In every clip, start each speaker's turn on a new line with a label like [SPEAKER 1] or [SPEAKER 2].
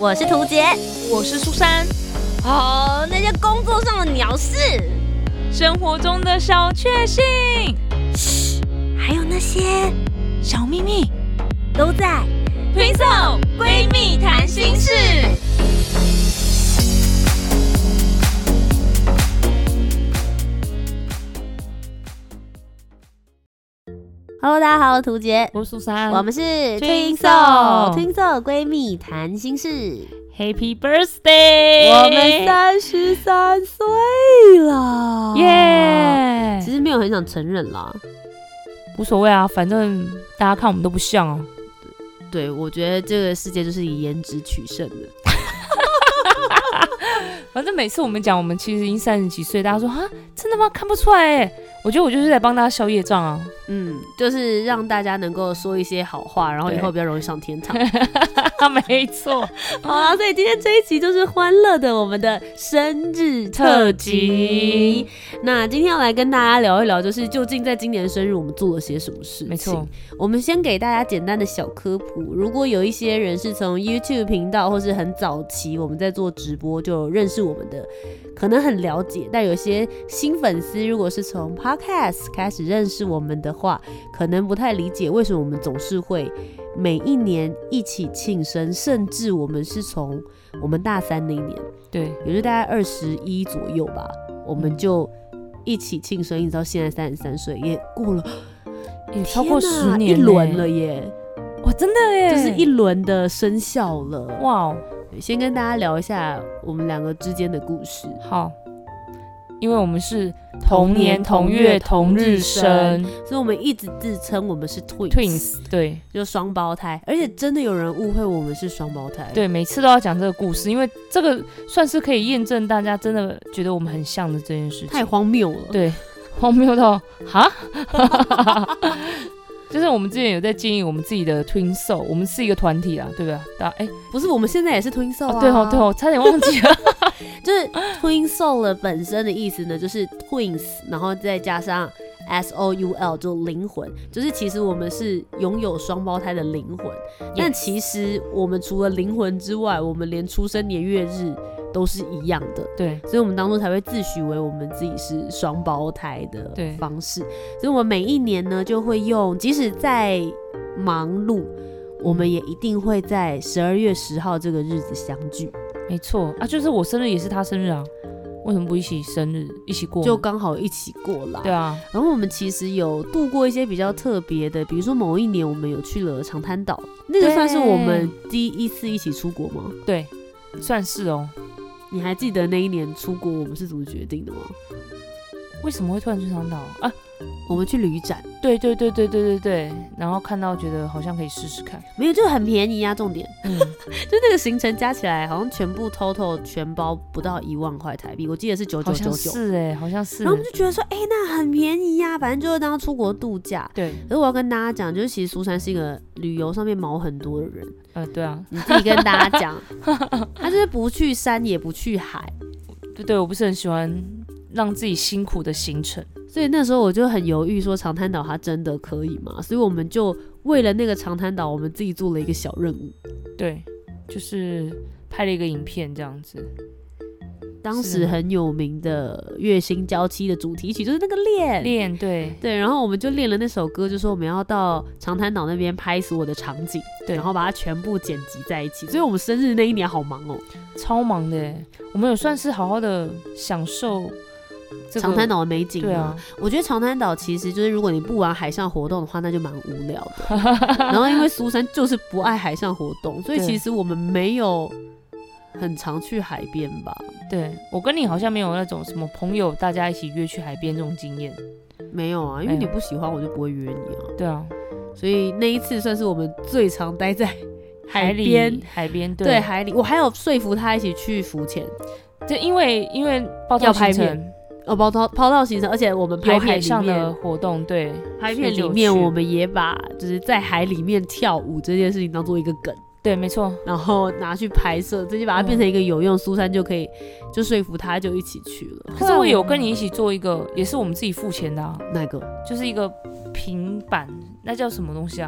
[SPEAKER 1] 我是涂杰，
[SPEAKER 2] 我是苏珊。
[SPEAKER 1] 那些工作上的鸟事，
[SPEAKER 2] 生活中的小确幸，
[SPEAKER 1] 嘘，还有那些
[SPEAKER 2] 小秘密，
[SPEAKER 1] 都在
[SPEAKER 2] 推送闺蜜谈心事。
[SPEAKER 1] Hello， 大家好，我是涂杰，
[SPEAKER 2] 我是苏珊，
[SPEAKER 1] 我们是
[SPEAKER 2] Twin
[SPEAKER 1] Soul 闺蜜谈心事。
[SPEAKER 2] Happy birthday！
[SPEAKER 1] 我们33岁了，
[SPEAKER 2] 耶！
[SPEAKER 1] 其实没有很想承认啦，
[SPEAKER 2] 无所谓啊，反正大家看我们都不像啊。
[SPEAKER 1] 对，我觉得这个世界就是以颜值取胜的。
[SPEAKER 2] 反正每次我们讲我们其实已经30几岁，大家说啊，真的吗？看不出来哎。我觉得我就是在帮大家消业障啊。
[SPEAKER 1] 就是让大家能够说一些好话，然后以后比较容易上天堂。
[SPEAKER 2] 没错。
[SPEAKER 1] 好啦，所以今天这一集就是欢乐的我们的生日特辑。那今天要来跟大家聊一聊，就是究竟在今年生日我们做了些什么事情。
[SPEAKER 2] 没错，
[SPEAKER 1] 我们先给大家简单的小科普。如果有一些人是从 YouTube 频道或是很早期我们在做直播就认识我们的，可能很了解，但有些新粉丝如果是从 Podcast 开始认识我们的话，可能不太理解为什么我们总是会每一年一起庆生，甚至我们是从我们大3那一年，
[SPEAKER 2] 对，
[SPEAKER 1] 也就大概21左右吧，我们就一起庆生，一直到现在33岁，也过了
[SPEAKER 2] 也超过10年
[SPEAKER 1] 一轮了耶！
[SPEAKER 2] 哇，真的耶，
[SPEAKER 1] 就是一轮的生肖了。
[SPEAKER 2] 哇，
[SPEAKER 1] 先跟大家聊一下我们两个之间的故事。
[SPEAKER 2] 好，因为我们是同年同月同日生，
[SPEAKER 1] 所以我们一直自称我们是
[SPEAKER 2] twins， 对，
[SPEAKER 1] 就双胞胎，而且真的有人误会我们是双胞胎。
[SPEAKER 2] 对，每次都要讲这个故事，因为这个算是可以验证大家真的觉得我们很像的这件事情。
[SPEAKER 1] 太荒谬了。
[SPEAKER 2] 对，荒谬到哈。就是我们之前有在建议我们自己的 Twin Soul， 我们是一个团体啊，对吧？
[SPEAKER 1] 不是，我们现在也是 Twin Soul 啊。
[SPEAKER 2] 对哦，差点忘记了。
[SPEAKER 1] 就是 Twin Soul 的本身的意思呢，就是 Twins， 然后再加上 SOUL， 就灵魂，就是其实我们是拥有双胞胎的灵魂。但其实我们除了灵魂之外，我们连出生年月日都是一样的，
[SPEAKER 2] 对，
[SPEAKER 1] 所以我们当初才会自诩为我们自己是双胞胎的方式。所以我们每一年呢，就会用，即使在忙碌，我们也一定会在12月10号这个日子相聚。
[SPEAKER 2] 没错啊，就是我生日也是他生日啊，为什么不一起生日一起过？
[SPEAKER 1] 就刚好一起过啦。
[SPEAKER 2] 对啊，
[SPEAKER 1] 然后我们其实有度过一些比较特别的，比如说某一年我们有去了长滩岛，那个算是我们第一次一起出国吗？对，
[SPEAKER 2] 算是哦。
[SPEAKER 1] 你还记得那一年出国我们是怎么决定的吗？
[SPEAKER 2] 为什么会突然去长岛啊？
[SPEAKER 1] 我们去旅展。
[SPEAKER 2] 对，然后看到觉得好像可以试试看，
[SPEAKER 1] 没有，就很便宜啊，重点。就那个行程加起来好像全部 total 全包不到1万块台币，我记得是9999。
[SPEAKER 2] 好像是好像是。
[SPEAKER 1] 然后我们就觉得说，那很便宜啊，反正就是当出国度假。
[SPEAKER 2] 对。
[SPEAKER 1] 可是我要跟大家讲，就是其实苏珊是一个旅游上面毛很多的人。
[SPEAKER 2] 对啊，
[SPEAKER 1] 你自己跟大家讲，他就是不去山也不去海。
[SPEAKER 2] 对，我不是很喜欢让自己辛苦的行程，
[SPEAKER 1] 所以那时候我就很犹豫，说长滩岛它真的可以吗？所以我们就为了那个长滩岛，我们自己做了一个小任务。
[SPEAKER 2] 对，就是拍了一个影片这样子。
[SPEAKER 1] 当时很有名的月薪娇妻的主题曲就是那个恋，对，然后我们就练了那首歌，就说我们要到长滩岛那边拍所有的场景，对，然后把它全部剪辑在一起。所以我们生日那一年好忙哦，超
[SPEAKER 2] 忙的耶。我们有算是好好的享受
[SPEAKER 1] 长滩岛的美景。
[SPEAKER 2] 对啊，
[SPEAKER 1] 我觉得长滩岛其实就是如果你不玩海上活动的话，那就蛮无聊的。然后因为苏珊就是不爱海上活动，所以其实我们没有很常去海边吧。
[SPEAKER 2] 对，我跟你好像没有那种什么朋友大家一起约去海边这种经验。
[SPEAKER 1] 没有啊，因为你不喜欢我就不会约你啊。
[SPEAKER 2] 对啊，
[SPEAKER 1] 所以那一次算是我们最常待在海边对海里。我还有说服他一起去浮潜，
[SPEAKER 2] 对，因为报道行程
[SPEAKER 1] 跑道行程，而且我们拍片里面
[SPEAKER 2] 有海上的活动，对，
[SPEAKER 1] 拍片里面我们也把就是在海里面跳舞这件事情当做一个梗。
[SPEAKER 2] 对，没错，
[SPEAKER 1] 然后拿去拍摄，直接把它变成一个有用，苏珊就可以就说服他，就一起去了。
[SPEAKER 2] 可是我有跟你一起做一个，也是我们自己付钱的啊。
[SPEAKER 1] 哪个？
[SPEAKER 2] 就是一个平板，那叫什么东西啊？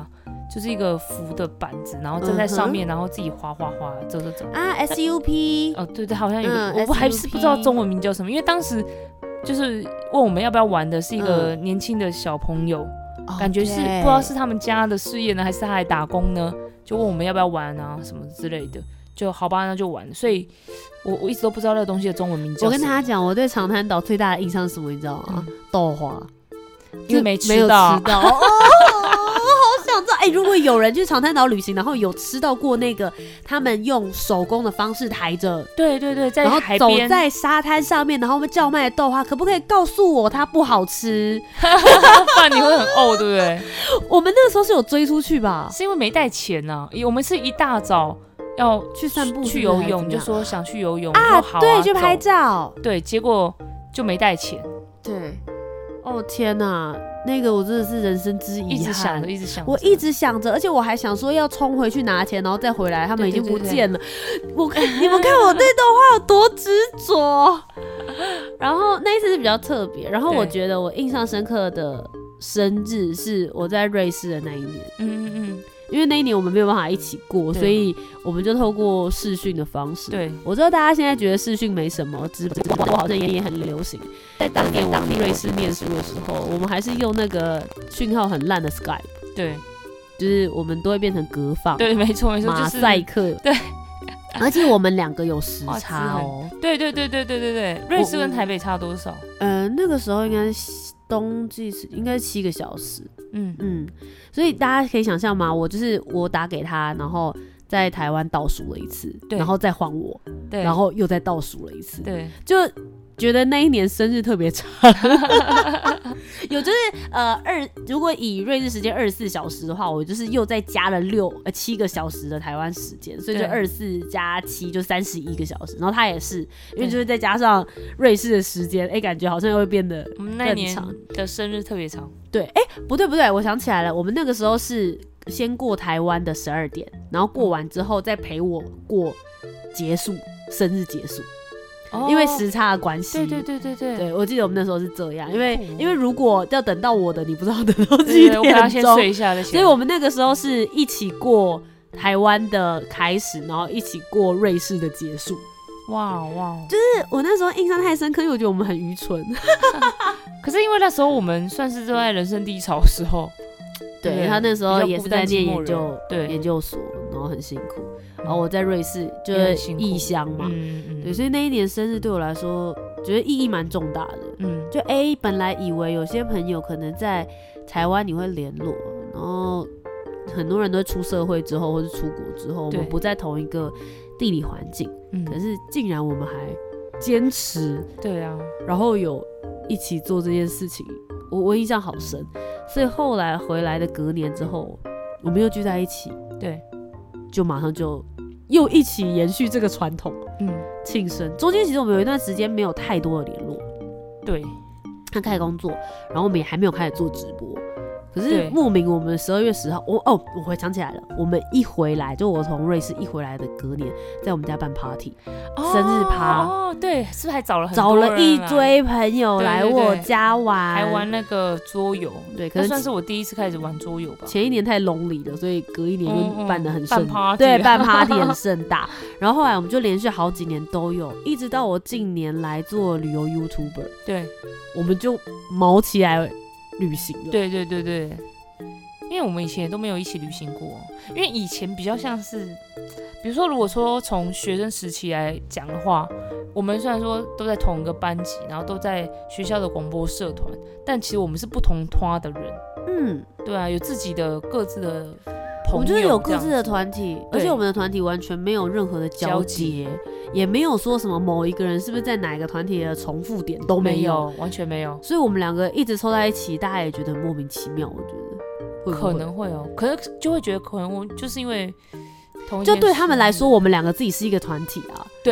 [SPEAKER 2] 就是一个浮的板子，然后站在上面，然后自己滑走
[SPEAKER 1] 啊 SUP
[SPEAKER 2] 哦，对，好像有我还是不知道中文名叫什么，因为当时就是问我们要不要玩的是一个年轻的小朋友，感觉是不知道是他们家的事业呢，还是他来打工呢，就问我们要不要玩啊什么之类的，就好吧，那就玩。所以我一直都不知道那个东西的中文名叫什么。
[SPEAKER 1] 我跟大家讲，我对长滩岛最大的印象是什么，你知道吗？豆花，
[SPEAKER 2] 因为没
[SPEAKER 1] 有
[SPEAKER 2] 吃到。
[SPEAKER 1] 想知道如果有人去长滩岛旅行，然后有吃到过那个他们用手工的方式抬着，
[SPEAKER 2] 对，在海边，
[SPEAKER 1] 然后走在沙滩上面，然后我们叫卖的豆花，可不可以告诉我它不好吃？
[SPEAKER 2] 不然你会很呕，对不对？
[SPEAKER 1] 我们那个时候是有追出去吧？
[SPEAKER 2] 是因为没带钱啊，我们是一大早要
[SPEAKER 1] 去散步
[SPEAKER 2] 去游泳，就说想去游泳
[SPEAKER 1] 啊，
[SPEAKER 2] 好
[SPEAKER 1] 对，去拍照，
[SPEAKER 2] 对，结果就没带钱，
[SPEAKER 1] 对，哦天哪！那个我真的是人生之遗憾，
[SPEAKER 2] 一直想着，
[SPEAKER 1] 我一直想着，而且我还想说要冲回去拿钱，然后再回来，他们已经不见了。你们看我对豆花有多执着。然后那一次是比较特别，然后我觉得我印象深刻的生日是我在瑞士的那一年。因为那一年我们没有办法一起过，所以我们就透过视讯的方式。对，我知道大家现在觉得视讯没什么，直播好像也很流行。在当年我们瑞士念书的时候，我们还是用那个讯号很烂的 Skype。对，就是我们都会变成隔放。对，没错，马赛克。对。而且我们2个有时差哦。对，瑞士跟台北差多少？那个时候应该冬季应该是7个小时。所以大家可以想象吗？我打给他，然后在台湾倒数了一次，然后再还我，然后又再倒数了一次，对，就觉得那一年生日特别长。有就是如果以瑞士时间24小时的话，我就是又再加了7个小时的台湾时间，所以就24加7就31个小时。然后他也是，因为就是再加上瑞士的时间，感觉好像又会变得更长。
[SPEAKER 2] 我们那年的生日特别长。
[SPEAKER 1] 对，不对，我想起来了，我们那个时候是先过台湾的12点，然后过完之后再陪我过生日结束。因为时差的关系，对，我记得我们那时候是这样，因为如果要等到我的，你不知道等到几点钟，我要先睡一下再。所以我们那个时候是一起过台湾的开始，然后一起过瑞士的结束。哇，就是我那时候印象太深刻，因为我觉得我们很愚蠢。
[SPEAKER 2] 可是因为那时候我们算是在人生低潮的时候。
[SPEAKER 1] 对，他那时候也是在念研究所，然后很辛苦。然后我在瑞士就是异乡嘛，对，所以那一年生日对我来说，觉得意义蛮重大的。就本来以为有些朋友可能在台湾你会联络，然后很多人都出社会之后或是出国之后，我们不在同一个地理环境，可是竟然我们还坚持，对啊，然后有一起做这件事情，我印象好深。所以后来回来的隔年之后，我们又聚在一起，对，就马上就又一起延续这个传统，庆生。中间其实我们有一段时间没有太多的联络，对，他开始工作，然后我们也还没有开始做直播。可是莫名我们12月10号，我回想起来了，我们一回来，就我从瑞士一回来的隔年，在我们家办 party，生日趴，对，是不是还找了很多人，找了一堆朋友来我家玩，还玩那个桌游，对，可是算是我第一次开始玩桌游吧。前一年太 lonely 了，所以隔一年就办得很盛大，对，办 party 很盛大。然后后来我们就连续好几年都有，一直到我近年来做旅游 YouTuber， 对，我们就毛起来旅行了。对，因为我们以前也都没有一起旅行过，因为以前比较像是，比如说如果说从学生时期来讲的话，我们虽然说都在同一个班级，然后都在学校的广播社团，但其实我们是不同团的人。对啊，有自己的各自的朋友，我们就是有各自的团体，而且我们的团体完全没有任何的交接，也没有说什么某一个人是不是在哪一个团体的重复点都没有，完全没有。所以我们2个一直凑在一起，大家也觉得很莫名其妙。我觉得可能会可能就会觉得可能我就是因为就对他们来说，我们2个自己是一个团体啊。对，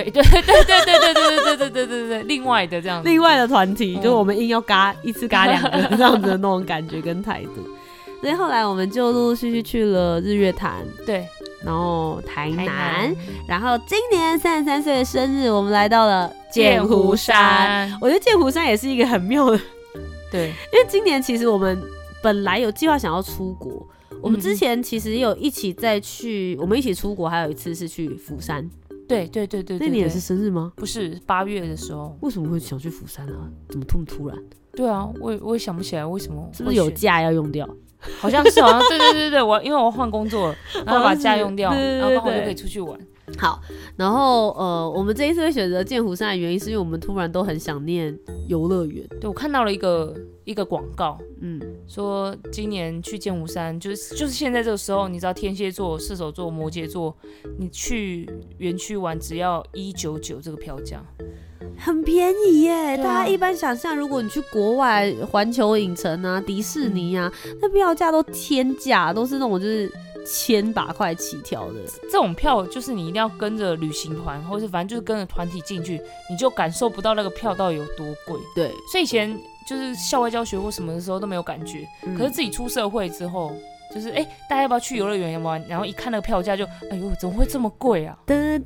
[SPEAKER 1] 另外的这样子，另外的团体，就是我们硬要一次嘎2个这样子的那种感觉跟态度。所以后来我们就陆陆续续去了日月潭，对，然后台南，然后今年33岁的生日，我们来到了剑湖山。我觉得剑湖山也是一个很妙的，对，因为今年其实我们本来有计划想要出国， 我们之前其实也有一起再去，我们一起出国，还有一次是去釜山。
[SPEAKER 2] 对，那
[SPEAKER 1] 你也是生日吗？
[SPEAKER 2] 不是，8月的时候。
[SPEAKER 1] 为什么会想去釜山啊？怎么这么突然？
[SPEAKER 2] 对啊，我也想不起来为什么。
[SPEAKER 1] 是不是有假要用掉？
[SPEAKER 2] 好像是，对，因为我换工作了，然后把假用掉，然后刚好就可以出去玩。
[SPEAKER 1] 好，然后我们这一次会选择剑湖山的原因，是因为我们突然都很想念游乐园。
[SPEAKER 2] 对，我看到了一个广告，说今年去剑湖山，就是现在这个时候，你知道天蝎座、射手座、摩羯座，你去园区玩只要199这个票价。
[SPEAKER 1] 很便宜耶，大家一般想象，如果你去国外环球影城啊、迪士尼啊，那票价都天价，都是那种就是1000把块起跳的。
[SPEAKER 2] 这种票就是你一定要跟着旅行团，或是反正就是跟着团体进去，你就感受不到那个票到底有多贵。
[SPEAKER 1] 对，
[SPEAKER 2] 所以以前就是校外教学或什么的时候都没有感觉，可是自己出社会之后。就是大家要不要去游乐园玩？然后一看那个票价就，哎呦，怎么会这么贵啊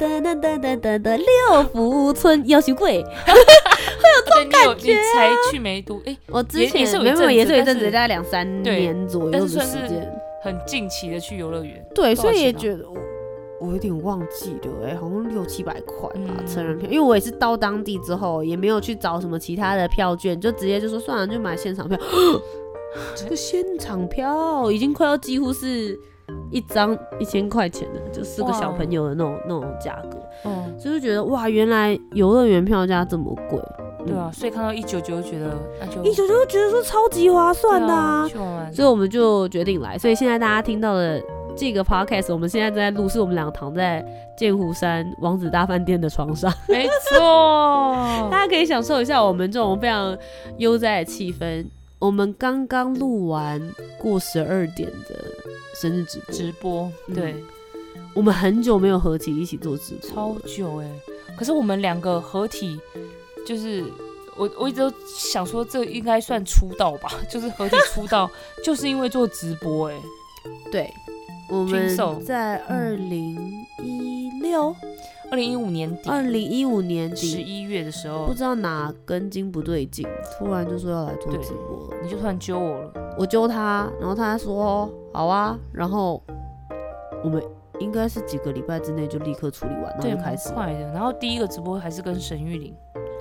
[SPEAKER 1] ？6福村要求贵，会
[SPEAKER 2] 有这种感觉。你才去没多，
[SPEAKER 1] 我之前
[SPEAKER 2] 也是有
[SPEAKER 1] 一阵子，大概2-3年左右的时间，
[SPEAKER 2] 很近期的去游乐园。
[SPEAKER 1] 对，所以也觉得我有点忘记了，好像600-700块吧，成人票。因为我也是到当地之后，也没有去找什么其他的票券，就直接就说算了，就买现场票。这个现场票已经快要几乎是一张1000块钱了，就4个小朋友的那种价格，所以就觉得哇，原来游乐园票价这么贵。
[SPEAKER 2] 对啊，所以看到199就觉得那就
[SPEAKER 1] 199就觉得说超级划算的啊，所以我们就决定来。所以现在大家听到的这个 podcast， 我们现在正在录，是我们两个躺在剑湖山王子大饭店的床上，
[SPEAKER 2] 没错，
[SPEAKER 1] 大家可以享受一下我们这种非常悠哉的气氛。我们刚刚录完过12点的生日直播，
[SPEAKER 2] 对，
[SPEAKER 1] 我们很久没有合体一起做直播，
[SPEAKER 2] 超久可是我们2个合体，就是我一直都想说，这应该算出道吧，就是合体出道，就是因为做直播
[SPEAKER 1] 对，我们在2015年底
[SPEAKER 2] 11月的时候，
[SPEAKER 1] 不知道哪根筋不对劲，突然就说要来做直播了，
[SPEAKER 2] 你就突然揪我了，
[SPEAKER 1] 我揪他，然后他说好啊，然后我们应该是几个礼拜之内就立刻处理完，然后就开始
[SPEAKER 2] 快的，然后第一个直播还是跟沈玉琳。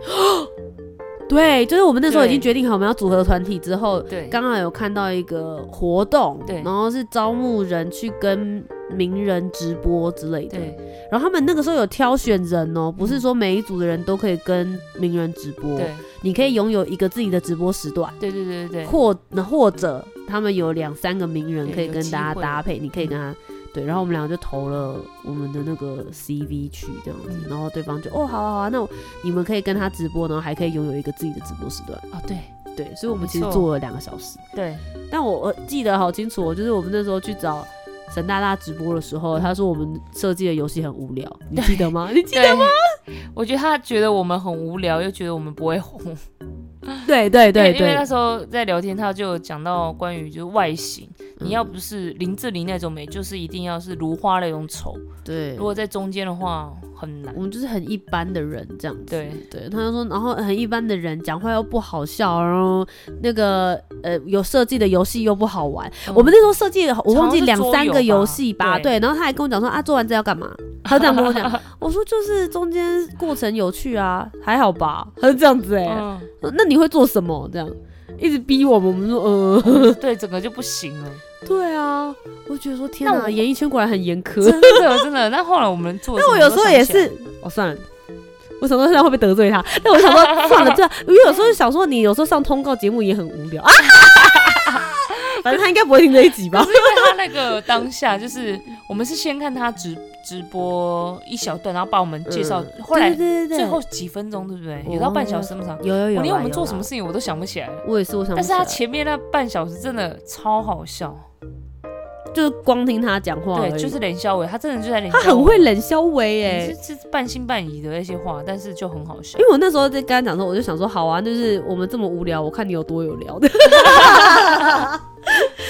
[SPEAKER 1] 对，就是我们那时候已经决定好我们要组合团体之后，
[SPEAKER 2] 对，
[SPEAKER 1] 刚好有看到一个活动，对，然后是招募人去跟名人直播之类的，对，然后他们那个时候有挑选人哦，不是说每一组的人都可以跟名人直播，对，你可以拥有一个自己的直播时段，对，或者他们有2-3个名人可以跟大家搭配，你可以跟他。对，然后我们两个就投了我们的那个 CV 去这样子，然后对方就好啊，那你们可以跟他直播，然后还可以拥有一个自己的直播时段
[SPEAKER 2] 啊，
[SPEAKER 1] 对，所以我们其实做了2个小时，对，但我记得好清楚，就是我们那时候去找沈大大直播的时候，他说我们设计的游戏很无聊，你记得吗？你记得吗？
[SPEAKER 2] 我觉得他觉得我们很无聊，又觉得我们不会红。
[SPEAKER 1] 对，
[SPEAKER 2] 因为那时候在聊天，他就有讲到关于就是外形，你要不是林志玲那种美，就是一定要是如花那种丑。对，如果在中间的话很难。
[SPEAKER 1] 我们就是很一般的人这样子。对，他就说，然后很一般的人讲话又不好笑，然后那个有设计的游戏又不好玩。我们那时候设计的，我忘记2-3个游戏吧。对，然后他还跟我讲说做完这要干嘛？他这样跟我讲，我说就是中间过程有趣啊，还好吧？他是这样子那你会做什么？这样一直逼我们，我们说
[SPEAKER 2] 对，整个就不行了。
[SPEAKER 1] 对啊，我觉得说天哪，演艺圈果然很严苛，
[SPEAKER 2] 真的。那后来我们做，
[SPEAKER 1] 但我有时候也是，算了，我想说现在会不会得罪他？但我想说算了，这样，因为有时候想说你有时候上通告节目也很无聊啊。反正他应该不会听这一集吧？
[SPEAKER 2] 可是因为他那个当下就是我们是先看他直播一小段，然后把我们介绍，后来最后几分钟对不对？有到半小时那么长？
[SPEAKER 1] 有。
[SPEAKER 2] 连我们做什么事情我都想不起来。
[SPEAKER 1] 我也是，我想不起来。
[SPEAKER 2] 但是他前面那半小时真的超好笑，
[SPEAKER 1] 就是光听他讲话而已。
[SPEAKER 2] 对，就是冷笑伟，他真的就在冷笑伟，
[SPEAKER 1] 他很会冷笑伟
[SPEAKER 2] 是半信半疑的那些话，但是就很好笑。
[SPEAKER 1] 因为我那时候在跟他讲说，我就想说，好啊，就是我们这么无聊，我看你有多有聊的。但是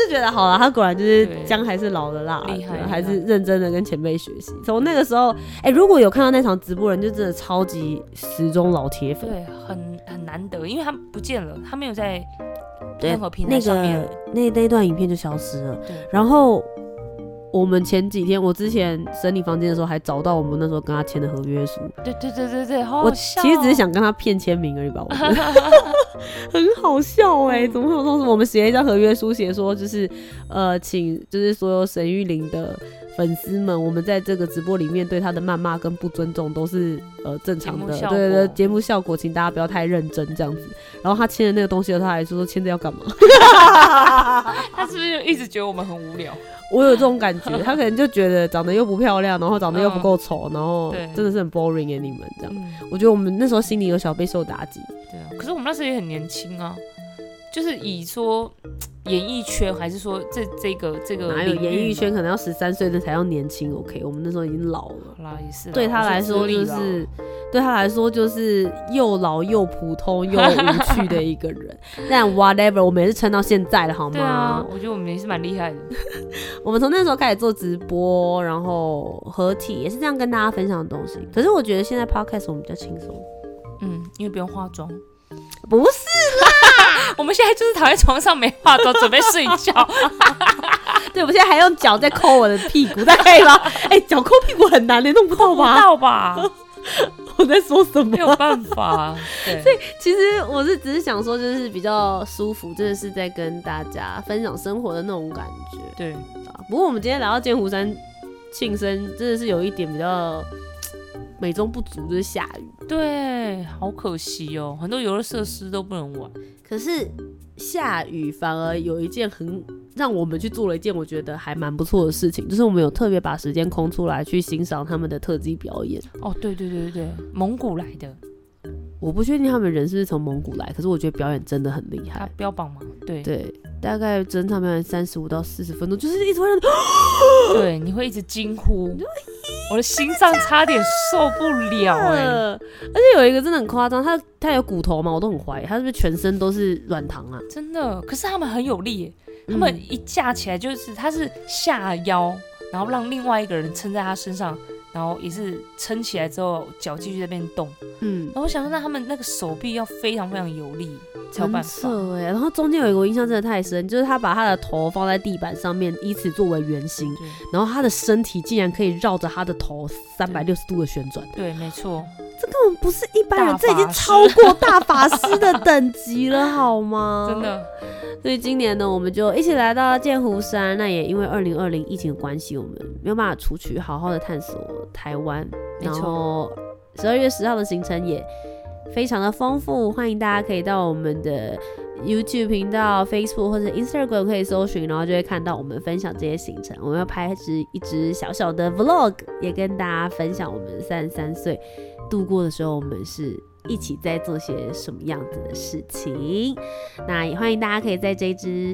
[SPEAKER 1] 就觉得好了，他果然就是姜还是老的辣，
[SPEAKER 2] 厉害，
[SPEAKER 1] 还是认真的跟前辈学习。从那个时候，如果有看到那场直播人，就真的超级死忠老铁粉，
[SPEAKER 2] 对，很难得，因为他不见了，他没有在任何平台上面，
[SPEAKER 1] 那段影片就消失了。然后我们前几天，我之前整理房间的时候，还找到我们那时候跟他签的合约书。
[SPEAKER 2] 对，好好笑。
[SPEAKER 1] 我其实只是想跟他骗签名而已吧，我觉得很好笑怎么会有这种事？我们写了一张合约书，写说就是请就是所有沈玉琳的粉丝们，我们在这个直播里面对他的谩骂跟不尊重都是正常的，对，节目效果，请大家不要太认真这样子。然后他签的那个东西，他还说签这要干嘛？
[SPEAKER 2] 他是不是一直觉得我们很无聊？
[SPEAKER 1] 我有这种感觉，他可能就觉得长得又不漂亮，然后长得又不够丑，然后真的是很 boring 你们这样。我觉得我们那时候心里有小备受打击。
[SPEAKER 2] 对啊，可是我们那时候也很年轻啊，就是以说演艺圈，还是说这个
[SPEAKER 1] 哪有演艺圈可能要13岁的才要年轻 ？OK， 我们那时候已经老了。
[SPEAKER 2] 好啦，也是。
[SPEAKER 1] 对他来说就是又老又普通又无趣的一个人。但 whatever， 我们也是撑到现在了，好吗？
[SPEAKER 2] 对啊，我觉得我们也是蛮厉害的。
[SPEAKER 1] 我们从那时候开始做直播，然后合体也是这样跟大家分享的东西。可是我觉得现在 podcast 我们比较轻松。
[SPEAKER 2] 因为不用化妆。
[SPEAKER 1] 不是啦，
[SPEAKER 2] 我们现在就是躺在床上没化妆，准备睡觉。
[SPEAKER 1] 对，我现在还用脚在抠我的屁股，大家可以吗？脚抠屁股很难，你弄不到吧？
[SPEAKER 2] 弄不到吧？
[SPEAKER 1] 我在说什么？
[SPEAKER 2] 没有办法。对，
[SPEAKER 1] 所以其实我只是想说，就是比较舒服，真的是在跟大家分享生活的那种感觉。
[SPEAKER 2] 对
[SPEAKER 1] 不过我们今天来到剑湖山庆生，真的是有一点比较美中不足，就是下雨。
[SPEAKER 2] 对，好可惜哦，很多游乐设施都不能玩。
[SPEAKER 1] 可是下雨反而有一件让我们去做了一件我觉得还蛮不错的事情，就是我们有特别把时间空出来去欣赏他们的特技表演。
[SPEAKER 2] 哦，对，蒙古来的。
[SPEAKER 1] 我不确定他们人是不是从蒙古来，可是我觉得表演真的很厉害。
[SPEAKER 2] 他标榜嘛，对，
[SPEAKER 1] 大概整场表演35到40分钟，就是一直会让
[SPEAKER 2] 对，你会一直惊呼，我的心脏差点受不了
[SPEAKER 1] 而且有一个真的很夸张，他有骨头嘛，我都很怀疑他是不是全身都是软糖啊？
[SPEAKER 2] 真的，可是他们很有力耶，他们一架起来就是他是下腰，然后让另外一个人撑在他身上。然后也是撑起来之后，脚继续在那边动。然后我想说，那他们那个手臂要非常非常有力才有办法。
[SPEAKER 1] 然后中间有一个我印象真的太深，就是他把他的头放在地板上面，以此作为圆心，然后他的身体竟然可以绕着他的头360度的旋转。
[SPEAKER 2] 对，没错。
[SPEAKER 1] 这根本不是一般人，这已经超过大法师的等级了，好吗？
[SPEAKER 2] 真的。
[SPEAKER 1] 所以今年呢，我们就一起来到剑湖山。那也因为2020疫情的关系，我们没有办法出去好好的探索台湾。然后12月10号的行程也非常的丰富，欢迎大家可以到我们的 YouTube 频道、Facebook 或者 Instagram 可以搜寻，然后就会看到我们分享这些行程。我们要拍一支小小的 Vlog， 也跟大家分享我们33岁度过的时候，我们是一起在做些什么样子的事情。那也欢迎大家可以在这支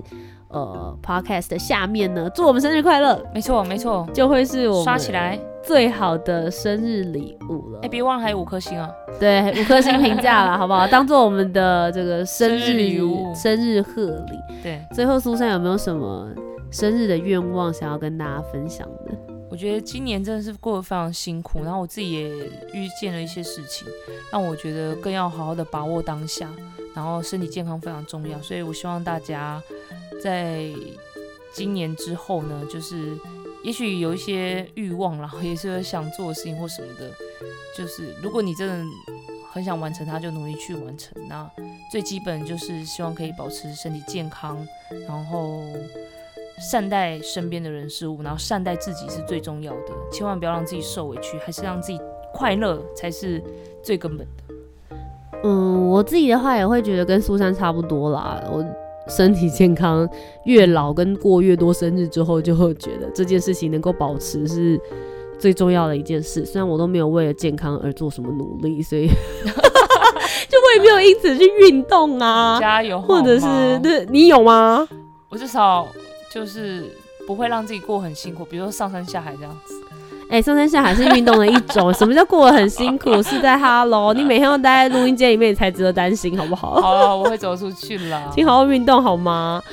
[SPEAKER 1] podcast 的下面呢祝我们生日快乐。
[SPEAKER 2] 没错，
[SPEAKER 1] 就会是我们
[SPEAKER 2] 刷起来
[SPEAKER 1] 最好的生日礼物了。
[SPEAKER 2] 别忘了还有5颗星啊。
[SPEAKER 1] 对，5颗星评价啦，好不好？当做我们的这个生日礼物、生日贺礼。
[SPEAKER 2] 对，
[SPEAKER 1] 最后苏珊有没有什么生日的愿望想要跟大家分享的？
[SPEAKER 2] 我觉得今年真的是过得非常辛苦，然后我自己也遇见了一些事情，让我觉得更要好好的把握当下，然后身体健康非常重要，所以我希望大家在今年之后呢，就是也许有一些欲望，然后也是想做的事情或什么的，就是如果你真的很想完成它，就努力去完成。那最基本就是希望可以保持身体健康，然后善待身边的人事物，然后善待自己是最重要的，千万不要让自己受委屈，还是让自己快乐才是最根本的。
[SPEAKER 1] 我自己的话也会觉得跟苏珊差不多啦，我身体健康，越老跟过越多生日之后，就会觉得这件事情能够保持是最重要的一件事。虽然我都没有为了健康而做什么努力，所以就我也没有因此去运动啊，
[SPEAKER 2] 加油，
[SPEAKER 1] 或者是对你有吗？
[SPEAKER 2] 我至少就是不会让自己过很辛苦，比如说上山下海这样子。
[SPEAKER 1] 上山下海是运动的一种，什么叫过得很辛苦？是在Hello，你每天都待在录音间里面，你才值得担心，好不好？
[SPEAKER 2] 好，我会走出去啦。
[SPEAKER 1] 请好好运动好吗？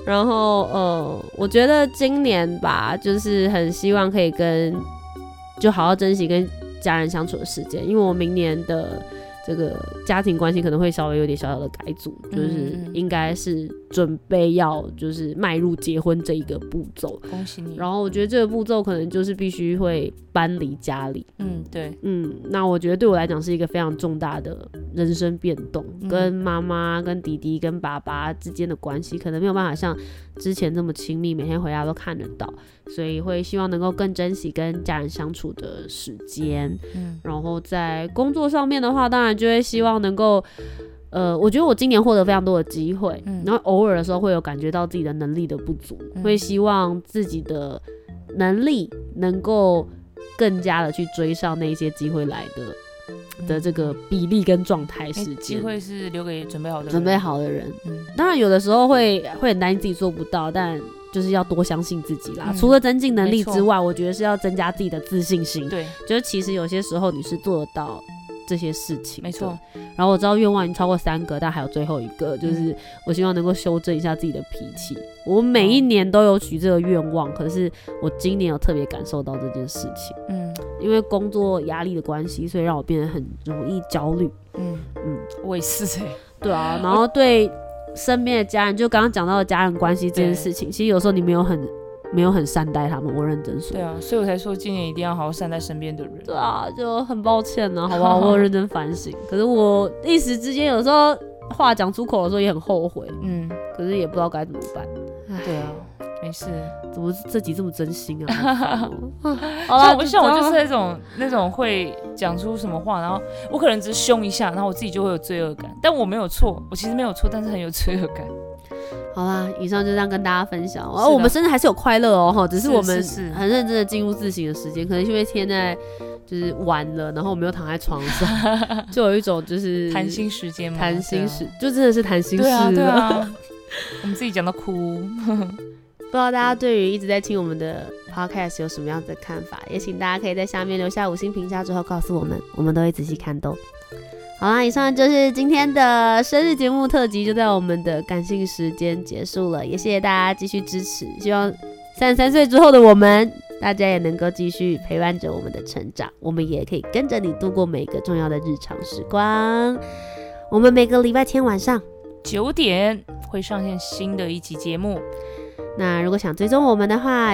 [SPEAKER 1] 然后我觉得今年吧，就是很希望可以就好好珍惜跟家人相处的时间，因为我明年的这个家庭关系可能会稍微有点小小的改组，就是应该是准备要就是迈入结婚这一个步骤。
[SPEAKER 2] 恭喜你！
[SPEAKER 1] 然后我觉得这个步骤可能就是必须会搬离家里。
[SPEAKER 2] 对，
[SPEAKER 1] 那我觉得对我来讲是一个非常重大的人生变动，跟妈妈、跟弟弟、跟爸爸之间的关系可能没有办法像之前这么亲密，每天回家都看得到，所以会希望能够更珍惜跟家人相处的时间。然后在工作上面的话，当然就会希望能够我觉得我今年获得非常多的机会，然后偶尔的时候会有感觉到自己的能力的不足，会希望自己的能力能够更加的去追上那些机会来的这个比例跟状态时间。
[SPEAKER 2] 机会是留给准备好的人。
[SPEAKER 1] 当然有的时候会很担心自己做不到，但就是要多相信自己啦。除了增进能力之外，我觉得是要增加自己的自信心。
[SPEAKER 2] 对，
[SPEAKER 1] 就是其实有些时候你是做得到这些事情，
[SPEAKER 2] 没错。
[SPEAKER 1] 然后我知道愿望已经超过3个，但还有最后一个，就是我希望能够修正一下自己的脾气。我每一年都有许这个愿望，可是我今年有特别感受到这件事情。因为工作压力的关系，所以让我变得很容易焦虑。
[SPEAKER 2] 我也是
[SPEAKER 1] 对啊，然后对身边的家人，就刚刚讲到的家人关系这件事情，其实有时候你没有很善待他们，我认真说。
[SPEAKER 2] 对啊，所以我才说今年一定要好好善待身边的人。
[SPEAKER 1] 对啊，就很抱歉呢，好不好？我有认真反省，可是我一时之间有时候话讲出口的时候也很后悔。可是也不知道该怎么办。
[SPEAKER 2] 对啊，没事。
[SPEAKER 1] 怎么这集这么真心啊？
[SPEAKER 2] 像我就是那种会讲出什么话，然后我可能只是凶一下，然后我自己就会有罪恶感，但我没有错，我其实没有错，但是很有罪恶感。
[SPEAKER 1] 好啦，以上就这样跟大家分享。我们生日还是有快乐哦，只是我们很认真的进入自省的时间，可能因为现在就是晚了，然后我们又躺在床上，就有一种就是
[SPEAKER 2] 谈心时间嘛，
[SPEAKER 1] 就真的是谈心事了。
[SPEAKER 2] 对啊，我们自己讲到哭。
[SPEAKER 1] 不知道大家对于一直在听我们的 podcast 有什么样子的看法，也请大家可以在下面留下5星评价之后告诉我们，我们都会仔细看的。好啦，以上就是今天的生日节目特辑，就在我们的感性时间结束了，也谢谢大家继续支持，希望33岁之后的我们，大家也能够继续陪伴着我们的成长，我们也可以跟着你度过每个重要的日常时光。我们每个礼拜天晚上
[SPEAKER 2] 9点会上线新的一集节目。
[SPEAKER 1] 那如果想追踪我们的话，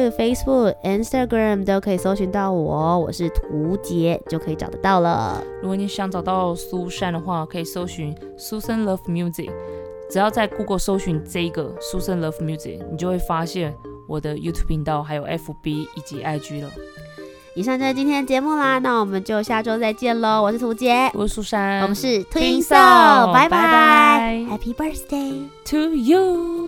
[SPEAKER 1] YouTube、Facebook、Instagram 都可以搜寻到我是涂杰就可以找得到了。
[SPEAKER 2] 如果你想找到苏珊的话，可以搜寻 Susan Love Music， 只要在 Google 搜寻这个 Susan Love Music， 你就会发现我的 YouTube 频道还有 FB 以及 IG 了。
[SPEAKER 1] 以上就是今天的节目啦，那我们就下周再见咯。我是涂杰，
[SPEAKER 2] 我是苏珊，
[SPEAKER 1] 我们是 Twin Soul， 拜拜
[SPEAKER 2] 拜拜
[SPEAKER 1] ，Happy Birthday
[SPEAKER 2] to you。